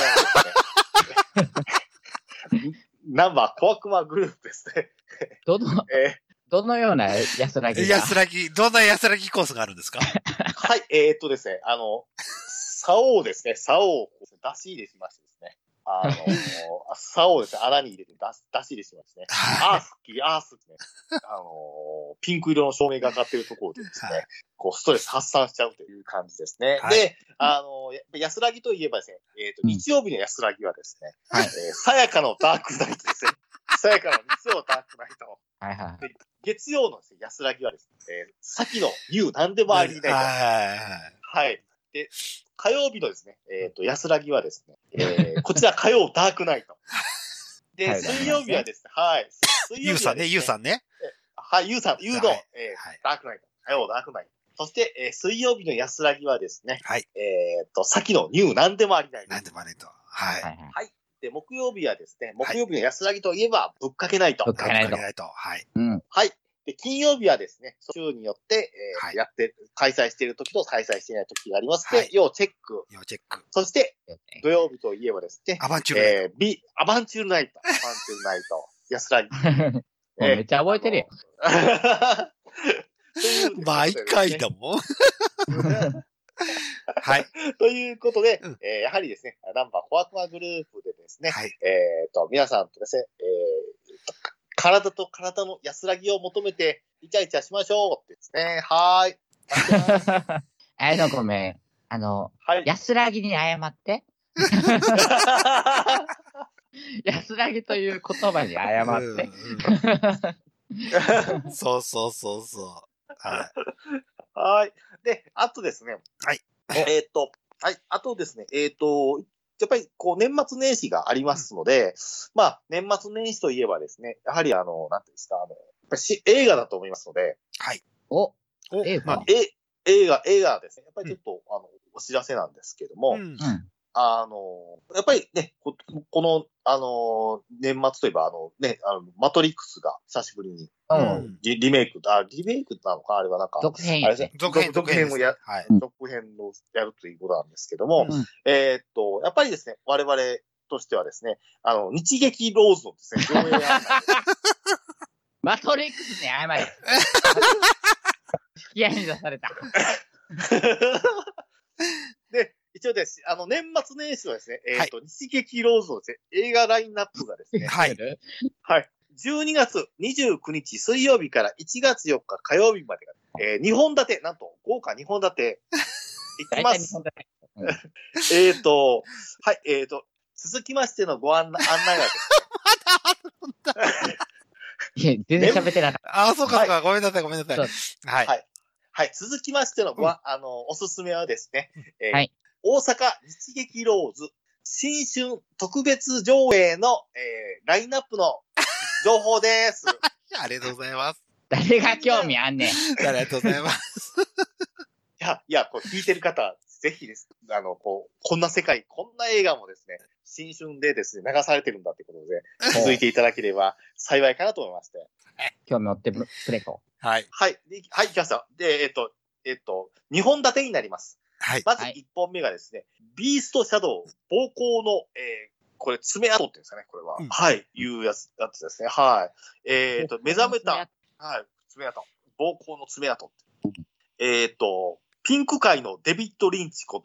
ですね、ナンバー小悪魔グループですね。 どの、えー、どのような安らぎが安らぎ、どんな安らぎコースがあるんですか？ はい、えー、っとですね、あの、竿をですね、竿を出し入れしましてですね、あの、竿をですね、穴に入れて出し出し入れしましてね、アースキー、アースってね、あの、ピンク色の照明がかかっているところでですね、はい、こう、ストレス発散しちゃうという感じですね。はい、で、あの、安らぎといえばですね、えっ、ー、と、日曜日の安らぎはですね、はい、えー、さやかのダークナイトですね。 さやかの日曜ダークナイト。 はいはい。 で月曜のですね、安らぎはですね、えー、先の言う何でもありないと。 はいはいはい。 はい。で、火曜日のですね、えっ、と、安らぎはですね、えー、こちら火曜ダークナイト。で、 はい水曜日はですね、はい。水曜日はですね、 ゆうさんね、ゆうさんね。 はい、ゆうさん、ゆうの、 はいえーはいダークナイト。火曜ダークナイト。そして、えー、水曜日の安らぎはですね、 はい。 えっ、と、先のニュー何でもありない。 なんでもあれと。はい。 はいはい。 はい。で、木曜日はですね、木曜日の安らぎといえば、ぶっかけないと。 ぶっかけないとぶっかけないと。はい。 うん。 はい。で、金曜日はですね、週によって、えーはいやって、開催している時と開催していない時がありまして、 はい要チェック。 要チェック。 そして、土曜日といえばですね、 アバンチュールナイト。 えー、ビ、アバンチュールナイト。アバンチュールナイト。安らぎ。 もうめっちゃ覚えてるよ。 あの毎回だもん。はい。 ということで、 うんえーやはりですね、ナンバーコアコアグループでですね、 はい。 えっ、と、皆さんとですね、えーと、体と体の安らぎを求めて、イチャイチャしましょうってですね。はーい。 あやのごめん。あの、 はい。 安らぎに謝って。安らぎという言葉に謝って。 うんうんそうそうそうそう。はい。 はい。で、あとですね。 はい。 えっ、と、はい。あとですね、えっ、と、やっぱり、こう、年末年始がありますので、うん、まあ、年末年始といえばですね、やはりあの、なんていうんですか、あの、やっぱりし映画だと思いますので、 はい。 お、映画、 まあ、え映画、映画ですね。やっぱりちょっと、うん、あの、お知らせなんですけども、 うん、 あの、やっぱりね、こ, この、あの、年末といえば、あのね、あの、マトリックスが久しぶりに、 うん、 リ, リメイク、あ、リメイクなのかあれはなんか、 続編やね。 続編、続編をや、はい、続編をやるということなんですけども、うん、えー、っと、やっぱりですね、我々としてはですね、あの、日劇ローズのですね、上映案内マトリックスに謝れ。引き合いに出された。 で、一応です、あの、年末年始はですね、えっ、ー、と、はい、日劇ローズのですね、映画ラインナップがですね、 はい。 はい。じゅうにがつにじゅうくにち水曜日からいちがつよっか火曜日までが、えー、にほん立て、なんと、豪華にほん立て、いきます。えっと、はい、えっ、ー、と、続きましてのご案内案内はですね。 まだあるんだ。 いや、全然喋ってなかった。 ああ、そうかそうか、はい、ごめんなさい、ごめんなさい。はい。 はい。はい。続きましてのご、うん、あの、おすすめはですね、えーはい、 大阪日劇ローズ新春特別上映の、えー、ラインナップの情報です。 ありがとうございます。 誰が興味あんねん。 ありがとうございます。 いや、いや、こう聞いてる方、ぜひです。あの、こう、こんな世界、こんな映画もですね、新春でですね、流されてるんだってことで、気づいていただければ幸いかなと思いまして。 興味持ってプレコ。 はい。 はい。はい、来ました。で、えっと、えっと、にほん立てになります。 はい。 まずいっぽんめがですね、はい、ビーストシャドウ、暴行の、えー、これ、爪痕っていうんですかね、これは。うん、はい、いうやつ、やつですね。はい。えっと、目覚めた、はい、爪痕。暴行の爪痕。えっと、ピンク界のデビッド・リンチこと。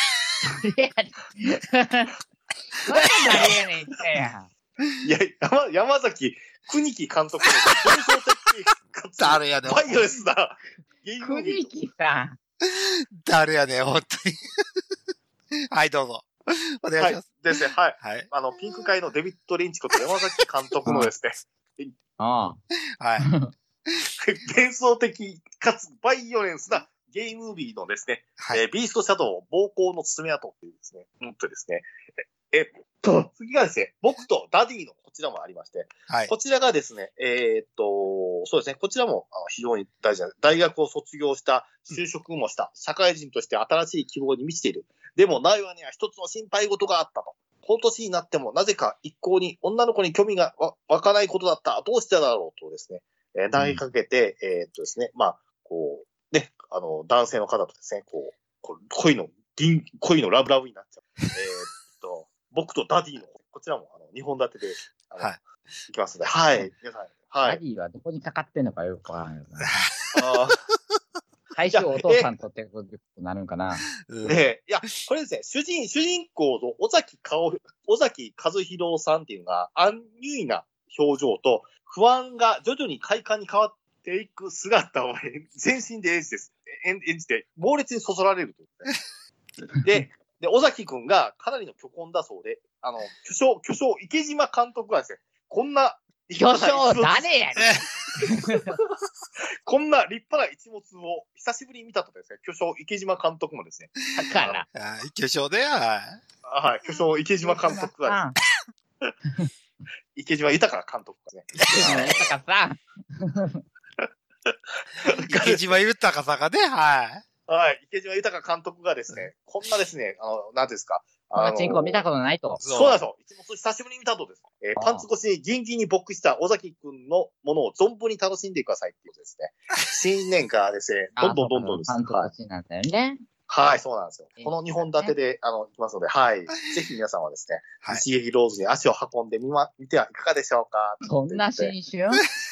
いや、山、山崎国木監督の幻想的かつ誰やねん。 バイオレスな。 国木さん。 誰やねん、本当に。はい、どうぞ。お願いします。 はい、ですね、はい。 はい。 あの、ピンク界のデビッド・リンチこと山崎監督のですね。 ああ。はい。幻想的かつバイオレンスなゲイムービーのですね、はい、えー、ビーストシャドウ暴行の爪痕っていうですね、うんとですね、えっと、次がですね、僕とダディのこちらもありまして、はい、こちらがですね、えー、っと、そうですね、こちらも非常に大事な、大学を卒業した、就職もした、社会人として新しい希望に満ちている。でも、内輪には一つの心配事があったと。この年になっても、なぜか一向に女の子に興味が湧かないことだった。どうしてだろうとですね、えー、投げかけて、うん、えー、っとですね、まあ、こう、ね、あの、男性の方とですね、こう、こう恋の、恋のラブラブになっちゃう。えー、っと、僕とダディの、こちらも、あの、にほん立てで、はい。いきますので、はい。皆さん、はい。 ダディはどこにかかってんのかよくわからないな。あ最初お父さんとってことになるんかな。 ねいや、これですね、主人、主人公の尾崎かお、尾崎和弘さんっていうのが、安入な表情と、不安が徐々に快感に変わっていく姿を全身で演じです。演じて、猛烈にそそられるという、ね。で、で、尾崎くんがかなりの巨根だそうで、あの、巨匠、巨匠、池島監督がですね、こんな巨匠誰やねん。 こんな立派な一物を久しぶりに見たとですね、巨匠池島監督もですね。 だから。 巨匠で、はい。 はい、巨匠池島監督が、ね、池島豊監督がね。 池島豊さん。 池島豊さんがね、はい。 はい、池島豊監督がですね、こんなですね、あの、なんていうんですか。 パチンコ見たことないと。 そうなんですよ。一物久しぶりに見たとですね、えー、パンツ越しにギンギンにボックした尾崎くんのものを存分に楽しんでくださいっていうことですね。新年からですね、どんどんどんどんです。 パンツ越しなんだよね。 はい、そうなんですよ。このにほん立てで、あの、いきますので、はい。ぜひ皆さんはですね、はい、日劇ローズに足を運んでみま、見てはいかがでしょうか。 そんな新春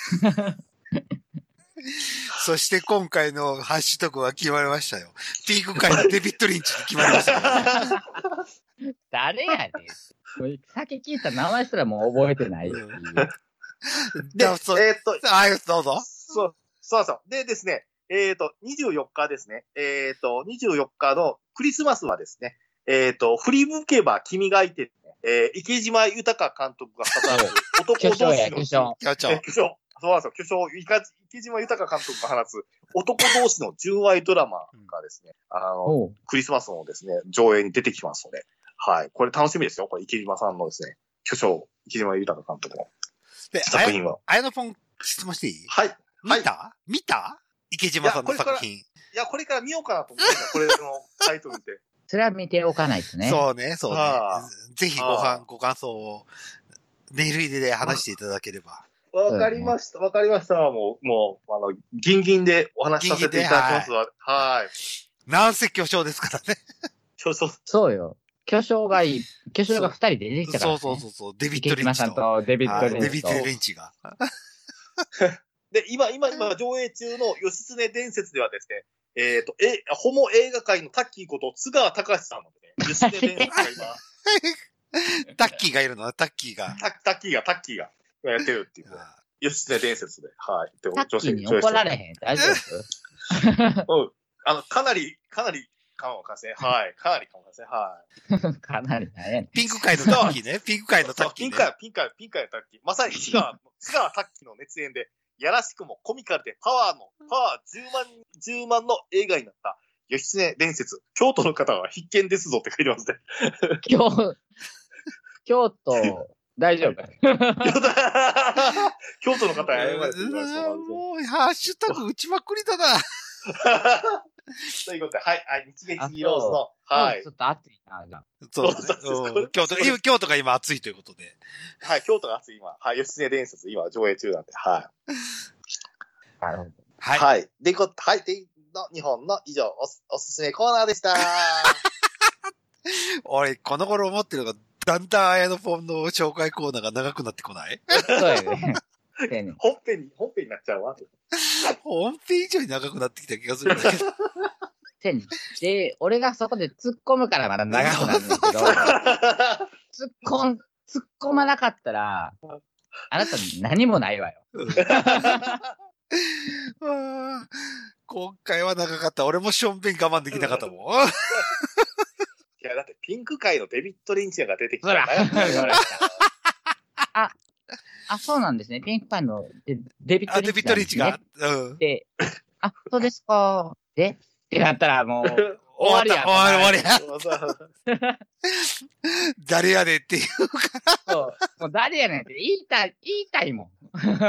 そして今回のハッシュタグは決まりましたよ。ピンク界のデビッド・リンチに決まりましたよ。 誰やねん。先聞いた名前すらもう覚えてない。で、 えー、っと、 はい、どうぞ。 そう、そうそう。でですね、えー、っと、にじゅうよっかですね。えー、っと、にじゅうよっかのクリスマスはですね、えー、っと、振り向けば君がいて、えー、池島豊監督が語る男同士の。 巨匠や、巨匠。巨匠。そうなんですよ。巨匠、池島豊監督が放つ男同士の純愛ドラマがですね、あの、クリスマスのですね、上映に出てきますので、はい。これ楽しみですよ。これ池島さんのですね、巨匠、池島豊監督の作品は。 あやのぽん質問していい？ はい。 見た、はい、見た池島さんの作品。 いや、これから見ようかなと思ってこれのタイトル見て。 それは見ておかないとね。 そうね、そうね。ぜひごはん、ご感想をメール入れで話していただければ。 わかりました。わかりました。もう、もう、あの、ギンギンでお話しさせていただきますわ。はい。 なんせ巨匠ですからね。 巨匠。 そうよ。巨匠がいい。巨匠が二人で出てきたから、ね。 そうそうそう。デビッド・リンチ。 池島さんとデビッド・リンチ。 デビッド・リンチが。 で、今、今、今、上映中の義経伝説ではですね、えっ、ー、と、え、ホモ映画界のタッキーこと津川隆さんのね、義経伝説が今。 タッキーがいるのタッキーが。 タ, タッキーが、タッキーがやってるっていう。義経伝説で。はい。でタッキーに怒られへん。大丈夫うん。あの、かなり、かなり、かもかせん。はい。かなりかもかせん。はい。 かなりね。 ピンク界のタッキーね。ピンク界のタッキー、ね。 ピンク界、ピンク界、ピンク界のタッキー。まさに津川、津川タッキーの熱演で、やらしくもコミカルでパワーの、パワーじゅうまん、じゅうまんの映画になった、義経伝説。京都の方は必見ですぞって書いてますね。 京、京都、大丈夫京都の方は謝れてもう、ハッシュタグ打ちまくりだな。 ということで、はい、はい、日劇ローズの、はい。 ちょっと暑いな、じゃあ。 そうですね。京都、京都が今暑いということで。 はい、京都が暑い今。はい、義経伝説、今上映中なんで、はい。 なるほど。 はい。はい。で、こ、はい、で、の、日本の以上おす、おすすめコーナーでした。 俺、この頃思ってるのが、だんだんあやのぽんの紹介コーナーが長くなってこない？ そうやね。 本編に、本編になっちゃうわ。 本編以上に長くなってきた気がするんだけど。 で、俺がそこで突っ込むからまだ長くなるんだけど、突っ込ん、突っ込まなかったら、あなた何もないわよ。 今回は長かった。俺もしょんべん我慢できなかったもん。 いや、だってピンク界のデビッド・リンチが出てきたら。あ、あ、そうなんですね。ピンク界のデデビッド・リンチ、ね。あ、デビッド・リンチが。 うん。で、あ、そうですか。でってなったらもう、終わりや。 終わりや。誰やねんって言うから。 そう。もう誰やねんって言いたい、言いたいもん。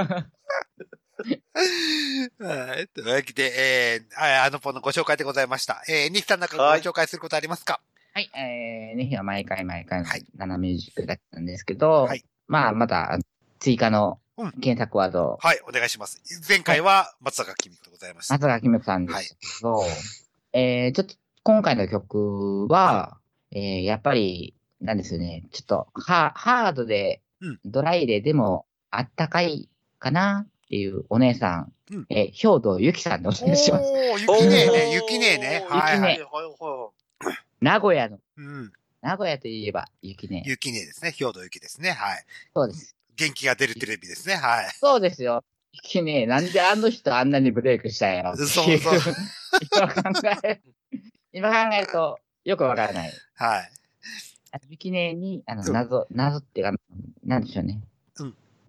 はい。というわけで、えー、あのポンのご紹介でございました。えー、西さんなんかご紹介することありますか？ はい、えー、西は毎回毎回、ナナミュージックだったんですけど、はい。まあ、また、追加の検索ワード、 うん。はい、お願いします。前回は松坂君でございました。 松坂君さんですけど、はい、えー、ちょっと、今回の曲は、えー、やっぱり、なんですよね、ちょっと、ハハードで、ドライで、でも、あったかいかなっていうお姉さん、うん、えー、兵藤由紀さんでお願いします。 おー、ゆきねえね、ゆきねえね。 はいはい。名古屋の、 うん、 名古屋といえば、ゆきねえ。 ゆきねえですね。兵藤由紀ですね。はい。 そうです。 元気が出るテレビですね。はい。 そうですよ。ゆきねえ、なんであの人あんなにブレイクしたんやろっていう。 そうそう。 今考え、今考えると、よくわからない。 はい。 ゆきねえに、あの、謎、謎っていうか、なんでしょうね。 うん。 うん。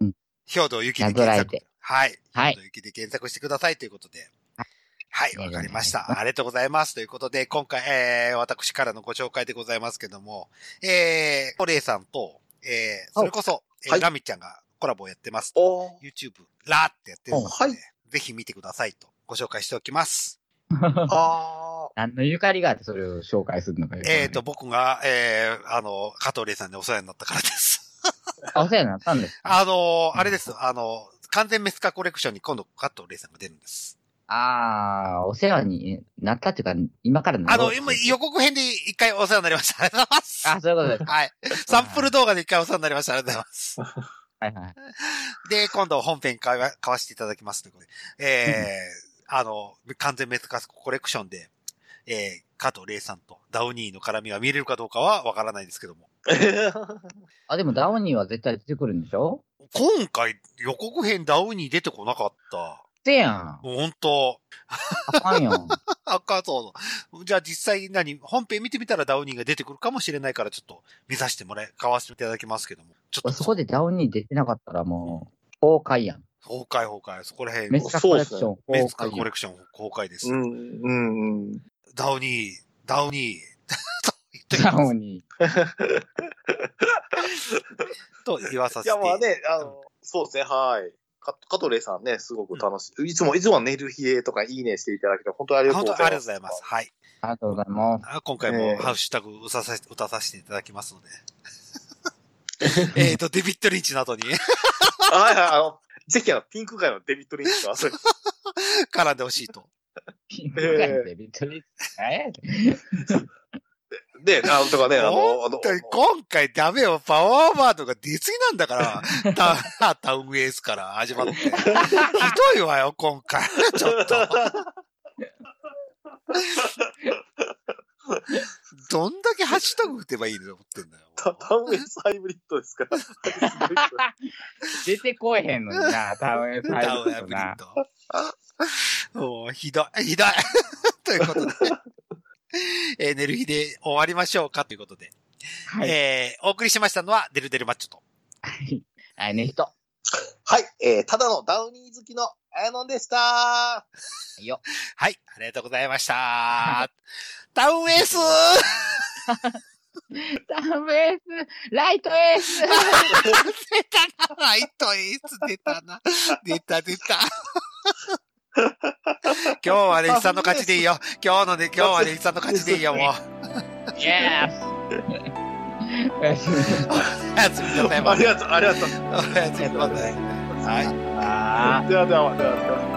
兵藤ゆきで検索。はい。 はい。 兵藤ゆきで検索してくださいということで。はい、わかりました。ありがとうございます。ということで、今回、えー、私からのご紹介でございますけども、えー、おレイさんと、えー、それこそ、えーはい、ラミちゃんがコラボをやってます。YouTube、ラーってやってるので、はい、ぜひ見てくださいとご紹介しておきます。 あ何のゆかりがあってそれを紹介するのか。 えっと、僕が、えー、あの、加藤レイさんにお世話になったからです。 お世話になったんですあの、あれです。あの、完全メス化コレクションに今度加藤レイさんが出るんです。 ああ、お世話になったっていうか、今からのあの、今予告編で一回お世話になりました。ありがとうございます。 あ、そういうことです。 はい。サンプル動画で一回お世話になりました。ありがとうございます。 はいはい。 で、今度本編買わ、買わせていただきますということで。えー、あの、完全メス化コレクションで、えー、加藤レイさんとダウニーの絡みが見れるかどうかはわからないですけども。 あ、でもダウニーは絶対出てくるんでしょ？ 今回予告編ダウニー出てこなかった。 せやん。 もうほんと。 あかんよ。 あかんそう。じゃあ実際何、本編見てみたらダウニーが出てくるかもしれないからちょっと見させてもらえ、買わせていただきますけども。ちょっと。 そこでダウニー出てなかったらもう、崩壊やん。 崩壊崩壊。そこら辺。 メスカコレクション。 メスカコレクション崩壊です。うん、うん、うん。ダウニー、ダウニー。ダウニー。 と言わさせて。 いや、まあね、あの、そうですね、はい。加藤レイさんね、すごく楽しい。うん、いつも、いつも寝る日へとかいいねしていただけて、本当にありがとうございます。 本当ありがとうございます。はい。 ありがとうございます。 今回もハッシュタグ打たさせて、打たさせていただきますので。えっと、デビッド・リンチの後に。 はいはい、あの、ぜひあの、ピンク街のデビッド・リンチと遊び。 絡んでほしいと。 ピンク街のデビッド・リンチ。えで、あの、とかね、あの、 本当に今回ダメよ。パワーワードが出過ぎなんだから、タ、タウンエースから始まって。ひどいわよ、今回。ちょっと。どんだけハッシュタグ打てばいいと思ってんだよ。 タ、タウンエースハイブリッドですから。 出てこえへんのにな、タウンエースハイブリッド。もう、ひどい、ひどい。ということで。えー、寝る日で終わりましょうかということで。はい。えー、お送りしましたのは、デルデルマッチョと。 はい。あいね人。 はい。えー、ただのダウニー好きのあやのんでした。 はいよ。 はい。ありがとうございました。タウンエースタウンエースライトエース出たなライトエース出たな。出た出た。今日はね、イさんの勝ちでいいよ。今日のね、今日はね、イさんの勝ちでいいよ、もう。 イエースおやすみなさい。 ありがとう、ありがとう。 おやすみなさい。はい。 あではでは、ではでは。